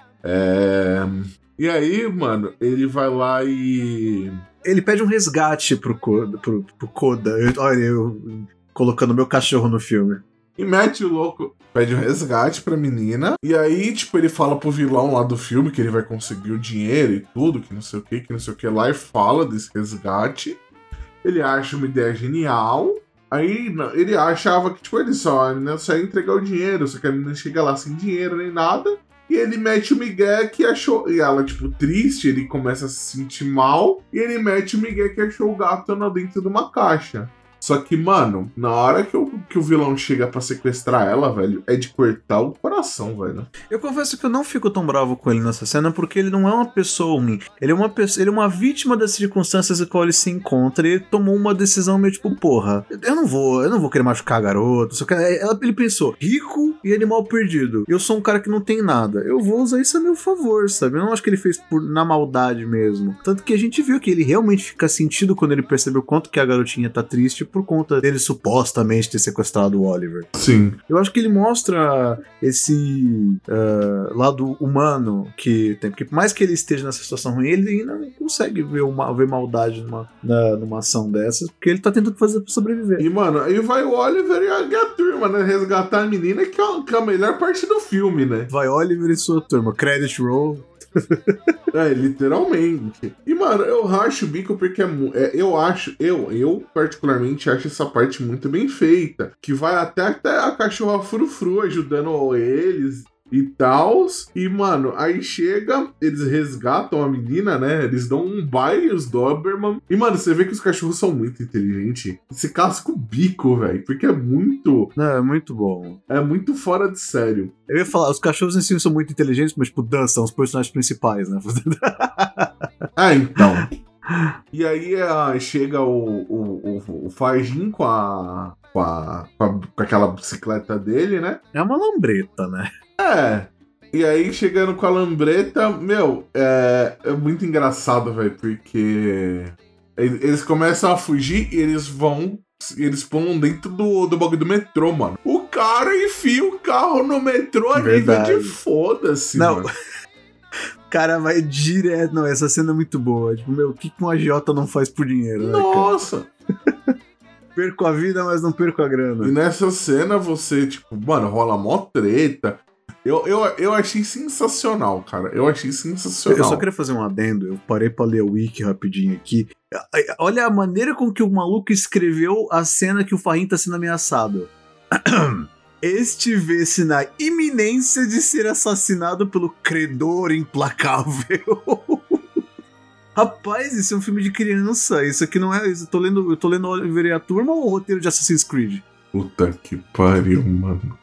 É... E aí, mano, ele vai lá e... Ele pede um resgate pro Koda. Pro, pro Koda. Eu, olha, eu colocando meu cachorro no filme. E mete o louco, pede um resgate pra menina. E aí, tipo, ele fala pro vilão lá do filme que ele vai conseguir o dinheiro e tudo, que não sei o que, que não sei o que lá, e fala desse resgate. Ele acha uma ideia genial. Aí ele achava que, tipo, ele só, né, só ia entregar o dinheiro, só que a menina chega lá sem dinheiro nem nada. E ele mete o migué que achou... E ela, tipo, triste, ele começa a se sentir mal. E ele mete o migué que achou o gato lá dentro de uma caixa. Só que, mano, na hora que o, que o vilão chega pra sequestrar ela, velho, é de cortar o coração, velho. Eu confesso que eu não fico tão bravo com ele nessa cena, porque ele não é uma pessoa ruim. Ele é uma, pessoa, ele é uma vítima das circunstâncias em qual ele se encontra, e ele tomou uma decisão meio tipo, porra, eu não vou, eu não vou querer machucar a garota. Só que ela, ele pensou, rico e animal perdido. Eu sou um cara que não tem nada. Eu vou usar isso a meu favor, sabe? Eu não acho que ele fez por, na maldade mesmo. Tanto que a gente viu que ele realmente fica sentido quando ele percebeu quanto que a garotinha tá triste por conta dele supostamente ter sequestrado o Oliver. Sim. Eu acho que ele mostra esse uh, lado humano que tem, porque por mais que ele esteja nessa situação ruim, ele ainda não consegue ver, uma, ver maldade numa, na, numa ação dessas, porque ele tá tentando fazer pra sobreviver. E, mano, aí vai o Oliver e a, a turma, né, resgatar a menina, que é, que é a melhor parte do filme, né? Vai Oliver e sua turma, credit roll. É, literalmente. E, mano, eu racho o bico porque é, é, eu acho, eu, eu particularmente acho essa parte muito bem feita. Que vai até, até a cachorra frufru ajudando eles e tal. E, mano, aí chega, eles resgatam a menina, né? Eles dão um baile, os Doberman. E, mano, você vê que os cachorros são muito inteligentes. Se casca o bico, velho. Porque é muito... Não, é muito bom. É muito fora de sério. Eu ia falar, os cachorros em si são muito inteligentes, mas, tipo, Dan são os personagens principais, né? Ah, então... E aí uh, chega o, o, o, o Fagin com a, com a com aquela bicicleta dele, né? É uma lambreta, né? É. E aí chegando com a lambreta, meu, é, é muito engraçado, velho, porque eles começam a fugir e eles vão, eles pulam dentro do, do bagulho do metrô, mano. O cara enfia o carro no metrô a nível de foda-se, Não. mano. O cara vai direto. Não, essa cena é muito boa. Tipo, meu, o que um agiota não faz por dinheiro, né, Nossa! Cara? Perco a vida, mas não perco a grana. E nessa cena você, tipo, mano, rola mó treta. Eu, eu, eu achei sensacional, cara. Eu achei sensacional. Eu só queria fazer um adendo. Eu parei pra ler o wiki rapidinho aqui. Olha a maneira com que o maluco escreveu a cena que o Fahim tá sendo ameaçado. Estivesse na iminência de ser assassinado pelo credor implacável. Rapaz, isso é um filme de criança. Isso aqui não é... Eu tô lendo, eu tô lendo Oliver e a Turma ou o roteiro de Assassin's Creed? Puta que pariu, mano.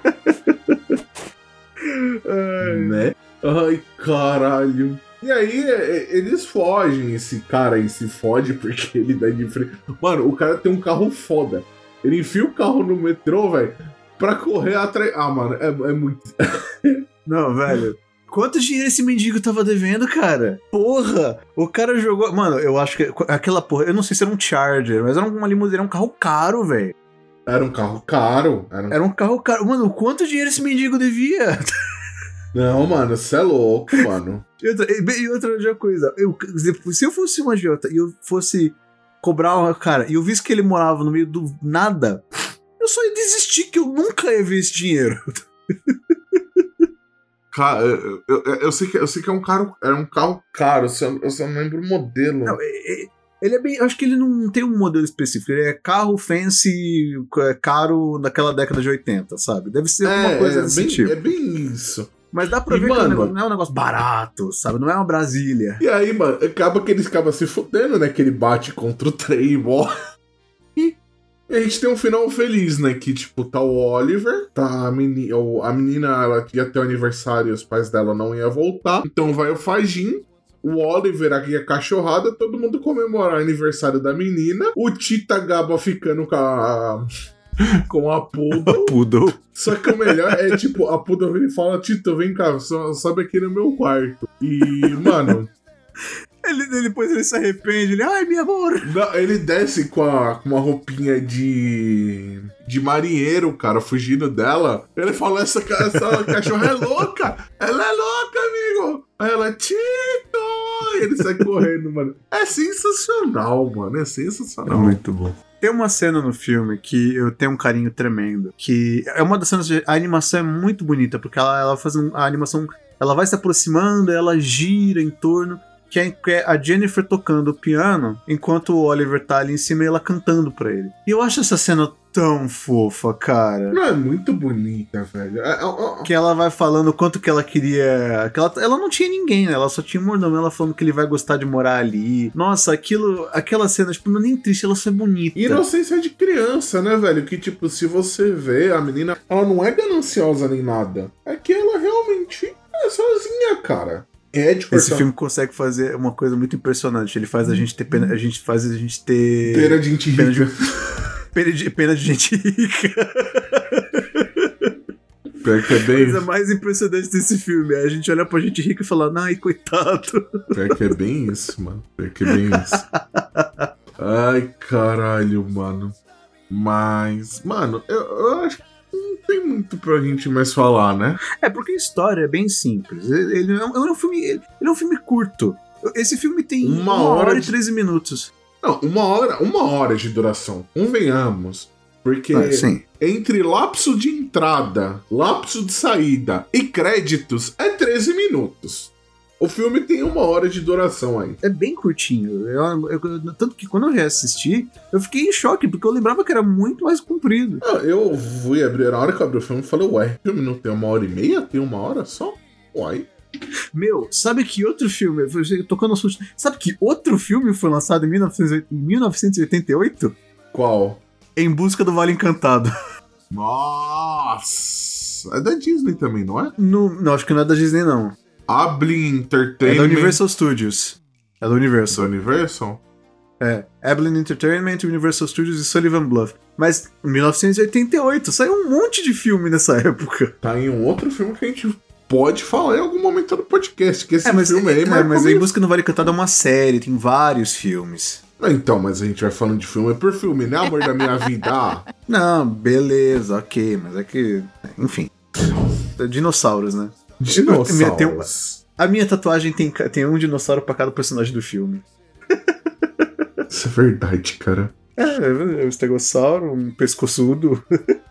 Ai. Né? Ai, caralho. E aí, eles fogem. Esse cara aí se fode porque ele dá de frente. Mano, o cara tem um carro foda. Ele enfia o carro no metrô, velho, pra correr atrás. Ah, mano, é, é muito. Não, velho. Quanto dinheiro esse mendigo tava devendo, cara? Porra! O cara jogou... Mano, eu acho que aquela porra... Eu não sei se era um Charger, mas era uma limusine, era um carro caro, velho. Era um carro caro. Era um... era um carro caro. Mano, quanto dinheiro esse mendigo devia? Não, mano, você é louco, mano. E outra, e outra coisa, eu, se eu fosse um agiota e eu fosse cobrar uma cara, e eu visse que ele morava no meio do nada, eu só ia desistir, que eu nunca ia ver esse dinheiro. Cara, eu, eu, eu, sei que, eu sei que é um carro, é um carro caro, eu só, eu só não lembro o modelo. Não, é, é, ele é bem. Acho que ele não tem um modelo específico, ele é carro fancy, caro naquela década de oitenta, sabe? Deve ser alguma é, coisa é desse bem, tipo. É bem isso. Mas dá pra e, ver mano, que o negócio não é um negócio barato, sabe? Não é uma Brasília. E aí, mano, acaba que eles acabam se fudendo, né? Que ele bate contra o trem e morre. E a gente tem um final feliz, né? Que, tipo, tá o Oliver, tá a menina, a menina, ela ia ter o aniversário e os pais dela não iam voltar. Então vai o Fajin, o Oliver aqui, a cachorrada, todo mundo comemorar o aniversário da menina. O Tita acaba ficando com a... com a Poodle. Poodle. Só que o melhor é, tipo, a Poodle vem e fala, Tito, vem cá, sobe aqui no meu quarto. E, mano... ele, depois ele se arrepende, ele, ai, meu amor. Não, ele desce com, a, com uma roupinha de... de marinheiro, cara, fugindo dela. Ele fala, essa, essa cachorra é louca! Ela é louca, amigo! Aí ela, Tito! E ele sai correndo, mano. É sensacional, mano, é sensacional. É muito bom. Tem uma cena no filme que eu tenho um carinho tremendo, que é uma das cenas de... A animação é muito bonita, porque ela, ela faz um, a animação... Ela vai se aproximando, ela gira em torno, que é a Jennifer tocando o piano, enquanto o Oliver tá ali em cima e ela cantando pra ele. E eu acho essa cena tão fofa, cara. Não, é muito bonita, velho. É, é, é... Que ela vai falando o quanto que ela queria... Que ela, ela não tinha ninguém, né? Ela só tinha um mordomo. Ela falando que ele vai gostar de morar ali. Nossa, aquilo... Aquela cena, tipo, não é nem triste, ela só é bonita. Inocência de criança, né, velho? Que, tipo, se você vê a menina... Ela não é gananciosa nem nada. É que ela realmente é sozinha, cara. É de Esse filme consegue fazer uma coisa muito impressionante. Ele faz a gente ter pena... A gente faz a gente ter... Pena de gente rica. Pena de... Pena de, pena de gente rica. Pior que é bem... A coisa mais impressionante desse filme é a gente olhar pra gente rica e falar, ai, coitado. Pior que é bem isso, mano. Pior que é bem isso. Ai, caralho, mano. Mas, mano, eu, eu acho que não tem muito pra gente mais falar, né? É, porque a história é bem simples. Ele é um, é um filme, ele, ele é um filme curto. Esse filme tem uma, uma hora, hora de... e treze minutos. Não, uma hora, uma hora de duração. Convenhamos. Porque ah, sim. entre lapso de entrada, lapso de saída e créditos é treze minutos. O filme tem uma hora de duração aí. É bem curtinho. Eu, eu, tanto que quando eu reassisti, eu fiquei em choque, porque eu lembrava que era muito mais comprido. Ah, eu fui abrir, na hora que eu abri o filme, eu falei, ué, o filme não tem uma hora e meia? Tem uma hora só? Uai. Meu, sabe que outro filme, tocando assunto, sabe que outro filme foi lançado em mil novecentos e oitenta e oito? Qual? Em Busca do Vale Encantado. Nossa! É da Disney também, não é? No, não, acho que não é da Disney, não. Ablin Entertainment. É da Universal Studios. É da Universal. Da Universal? É. Ablin Entertainment, Universal Studios e Sullivan Bluff. Mas em mil novecentos e oitenta e oito saiu um monte de filme nessa época. Tá em um outro filme que a gente pode falar em algum momento do podcast, que esse é, mas, filme aí... É, mas, mas Em Busca do Vale Encantado é uma série, tem vários filmes. Então, mas a gente vai falando de filme por filme, né, amor da minha vida? Não, beleza, ok, mas é que... Enfim. Dinossauros, né? Dinossauros. Tem um, a minha tatuagem tem, tem um dinossauro pra cada personagem do filme. Isso é verdade, cara. É, um estegossauro, um pescoçudo,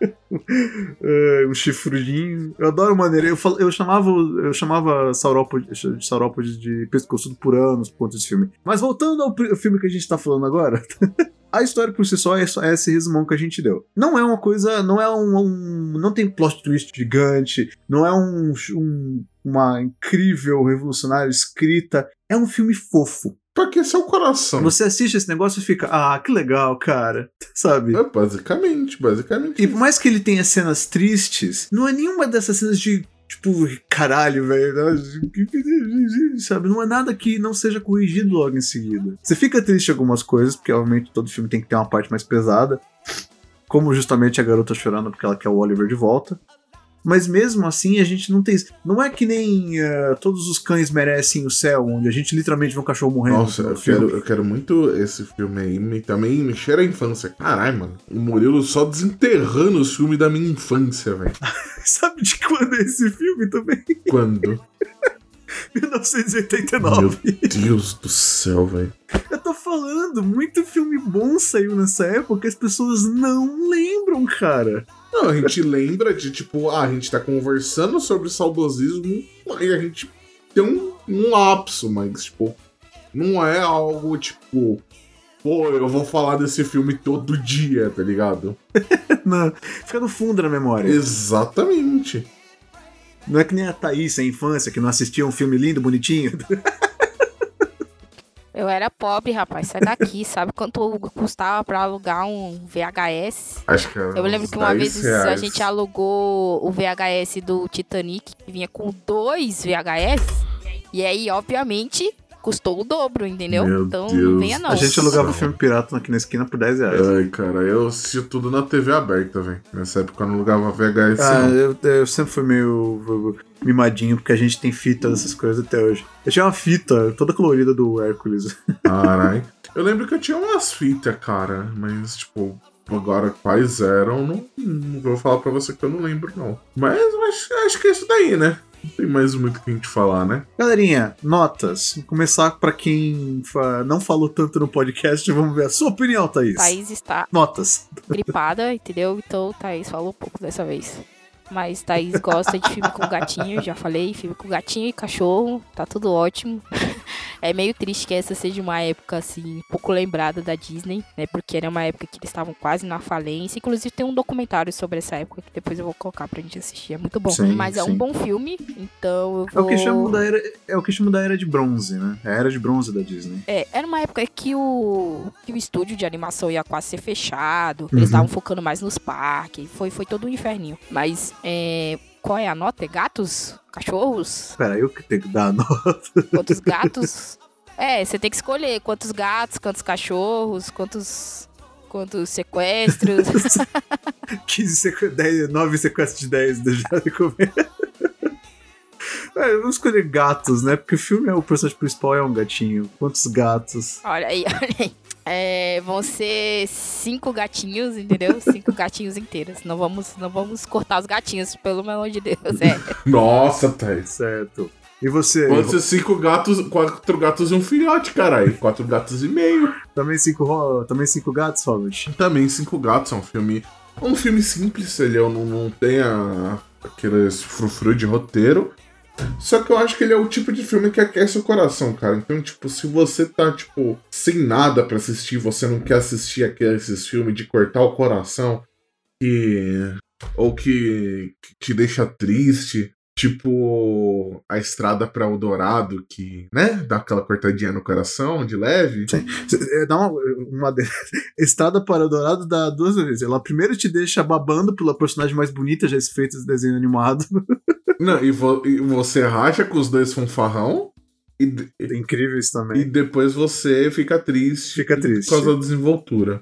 um chifrudinho. Eu adoro maneira. Eu, fal, eu chamava, eu chamava saurópodes, saurópodes de pescoçudo por anos por conta desse filme. Mas voltando ao filme que a gente tá falando agora, a história por si só é, só é esse resumão que a gente deu. Não é uma coisa, não é um, um não tem plot twist gigante, não é um, um uma incrível, revolucionária escrita. É um filme fofo. Porque esse é o coração. Você assiste esse negócio e fica, ah, que legal, cara. Sabe? É, basicamente, basicamente. E por mais que ele tenha cenas tristes, não é nenhuma dessas cenas de, tipo, caralho, velho. Sabe? Não é nada que não seja corrigido logo em seguida. Você fica triste em algumas coisas, porque obviamente todo filme tem que ter uma parte mais pesada. Como justamente a garota chorando porque ela quer o Oliver de volta. Mas mesmo assim, a gente não tem... Não é que nem uh, Todos os Cães Merecem o Céu, onde a gente literalmente vê um cachorro morrendo. Nossa, eu quero, eu quero muito esse filme aí. Me, também me cheira a infância. Caralho, mano. O Murilo só desenterrando os filmes da minha infância, velho. Sabe de quando é esse filme também? Quando? mil novecentos e oitenta e nove. Meu Deus do céu, velho. Eu tô falando, muito filme bom saiu nessa época, as pessoas não lembram, cara. Não, a gente lembra de, tipo, ah, a gente tá conversando sobre saudosismo e a gente tem um, um lapso, mas, tipo, não é algo, tipo, pô, eu vou falar desse filme todo dia, tá ligado? Não, fica no fundo da memória. Exatamente. Não é que nem a Thaís, a infância, que não assistia um filme lindo, bonitinho. Eu era pobre, rapaz, sai daqui, sabe quanto custava pra alugar um V H S? Acho que é Eu lembro que uma vez reais. a gente alugou o V H S do Titanic, que vinha com dois V H S, e aí, obviamente, custou o dobro, entendeu? Meu então, Deus. não venha não. A gente alugava o filme pirata aqui na esquina por dez reais. Ai, cara, eu assistia tudo na T V aberta, velho. Nessa época eu não alugava V H S. Ah, não. eu, eu sempre fui meio mimadinho, porque a gente tem fita dessas coisas até hoje. Eu tinha uma fita toda colorida do Hércules. Caralho. Eu lembro que eu tinha umas fitas, cara, mas, tipo, agora quais eram, não, não vou falar pra você que eu não lembro, não. Mas acho, acho que é isso daí, né? Não tem mais muito o que a gente falar, né? Galerinha, notas. Vou começar pra quem fa- não falou tanto no podcast, vamos ver a sua opinião, Thaís. Thaís está Notas. gripada, entendeu? Então, Thaís falou pouco dessa vez. Mas Thaís gosta de filme com gatinho, já falei, filme com gatinho e cachorro, tá tudo ótimo. É meio triste que essa seja uma época, assim, pouco lembrada da Disney, né? Porque era uma época que eles estavam quase na falência. Inclusive tem um documentário sobre essa época que depois eu vou colocar pra gente assistir. É muito bom. Sim, Mas é sim. um bom filme, então eu É o vou... que chamam da era, é o que chamam da era de bronze, né? É a era de bronze da Disney. É, era uma época que o, que o estúdio de animação ia quase ser fechado. Uhum. Eles estavam focando mais nos parques. Foi, foi todo um inferninho. Mas, é, qual é a nota? É gatos? Cachorros? Pera, eu que tenho que dar a nota. Quantos gatos? É, você tem que escolher quantos gatos, quantos cachorros, quantos... Quantos sequestros. quinze sequ... dez, nove sequestros de dez da Jade Comer. É, vamos escolher gatos, né? Porque o filme é o personagem principal é um gatinho. Quantos gatos? Olha aí, olha aí. É, vão ser cinco gatinhos, entendeu? Cinco gatinhos inteiros. Não vamos, não vamos cortar os gatinhos, pelo amor de Deus. É. Nossa, Thaís. Certo. E você? Pode ser cinco gatos, quatro gatos e um filhote, caralho. Quatro gatos e meio. Também cinco, ro- também cinco gatos, Robert? Também Cinco Gatos é um filme. É um filme simples, ele é- não, não tem a, aqueles frufru de roteiro. Só que eu acho que ele é o tipo de filme que aquece o coração, cara. Então, tipo, se você tá, tipo, sem nada pra assistir, você não quer assistir aqueles filmes de cortar o coração, que. Ou que, que te deixa triste. Tipo, A Estrada pra Eldorado, que, né, dá aquela cortadinha no coração, de leve. É, dá uma, uma de- Estrada para o Dourado dá duas vezes. Ela primeiro te deixa babando pela personagem mais bonita já feita desse desenho animado. Não, e, vo- e você racha com os dois fanfarrão, e, de- É incrível isso e também. depois você fica triste. Fica triste. Por causa da desenvoltura.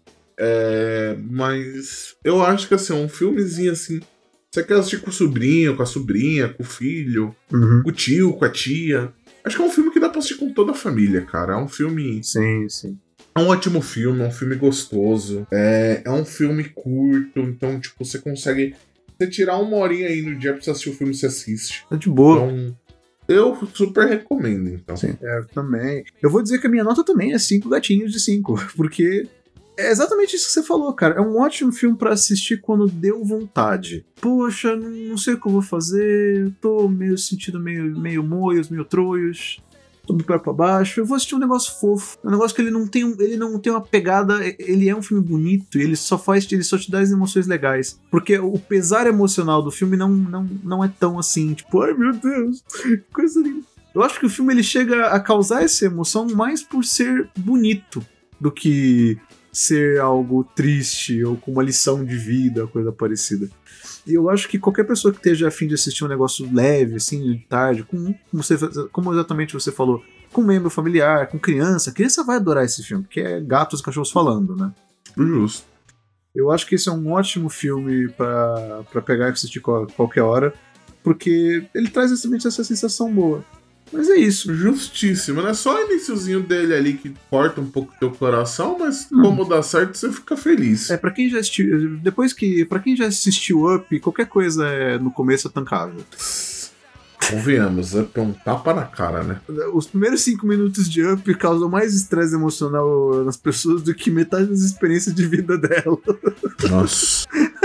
É, mas eu acho que, assim, é um filmezinho, assim... Você quer assistir com o sobrinho, com a sobrinha, com o filho, Uhum. com o tio, com a tia. Acho que é um filme que dá pra assistir com toda a família, cara. É um filme... Sim, sim. É um ótimo filme, é um filme gostoso. É, é um filme curto, então, tipo, você consegue... Você tirar uma horinha aí no dia pra você assistir o filme, você assiste. Tá de boa. Então, eu super recomendo, então. Sim, é, também. Eu vou dizer que a minha nota também é cinco gatinhos de cinco, porque é exatamente isso que você falou, cara. É um ótimo filme pra assistir quando deu vontade. Poxa, não, não sei o que eu vou fazer, eu tô meio sentindo meio, meio moios, meio troios, tô me pé pra baixo. Eu vou assistir um negócio fofo, um negócio que ele não tem, um- ele não tem uma pegada, ele é um filme bonito e ele só faz, ele só te dá as emoções legais. Porque o pesar emocional do filme não, não, não é tão assim, tipo, ai meu Deus, que coisa linda. Eu acho que o filme ele chega a causar essa emoção mais por ser bonito do que ser algo triste ou com uma lição de vida, coisa parecida. E eu acho que qualquer pessoa que esteja a fim de assistir um negócio leve, assim, de tarde, com, como, você, como exatamente você falou, com membro familiar, com criança, a criança vai adorar esse filme, porque é gatos e cachorros falando, né? Justo. Eu acho que esse é um ótimo filme pra, pra pegar e assistir a qualquer hora, porque ele traz exatamente essa sensação boa. Mas é isso. Justíssimo, né? Só o iniciozinho dele ali que corta um pouco teu coração, mas hum. como dá certo, você fica feliz. É, pra quem já assistiu. Depois que. Pra quem já assistiu Up, qualquer coisa é, no começo é tancável. Convenhamos, Up é um tapa na cara, né? Os primeiros cinco minutos de Up causam mais estresse emocional nas pessoas do que metade das experiências de vida dela. Nossa.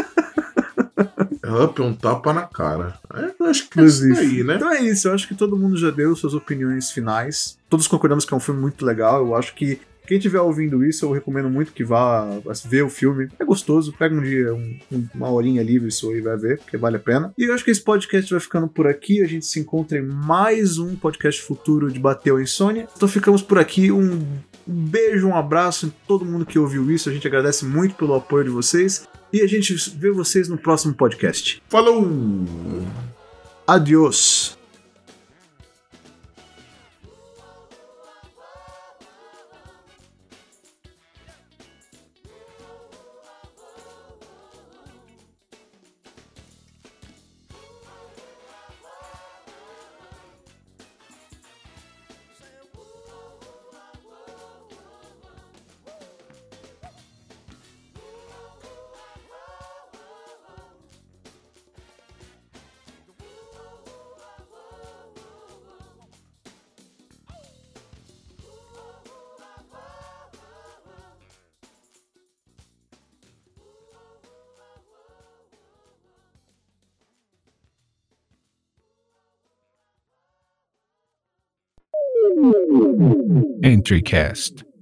Up é um tapa na cara. É, eu acho que é isso aí, né? Então é isso, eu acho que todo mundo já deu suas opiniões finais. Todos concordamos que é um filme muito legal. Eu acho que quem estiver ouvindo isso, eu recomendo muito que vá ver o filme. É gostoso, pega um dia, um, uma horinha livre isso aí, vai ver, porque vale a pena. E eu acho que esse podcast vai ficando por aqui. A gente se encontra em mais um podcast futuro de Bateu a Insônia. Então ficamos por aqui. Um beijo, um abraço em todo mundo que ouviu isso. A gente agradece muito pelo apoio de vocês. E a gente vê vocês no próximo podcast. Falou! Adiós! EntryCast.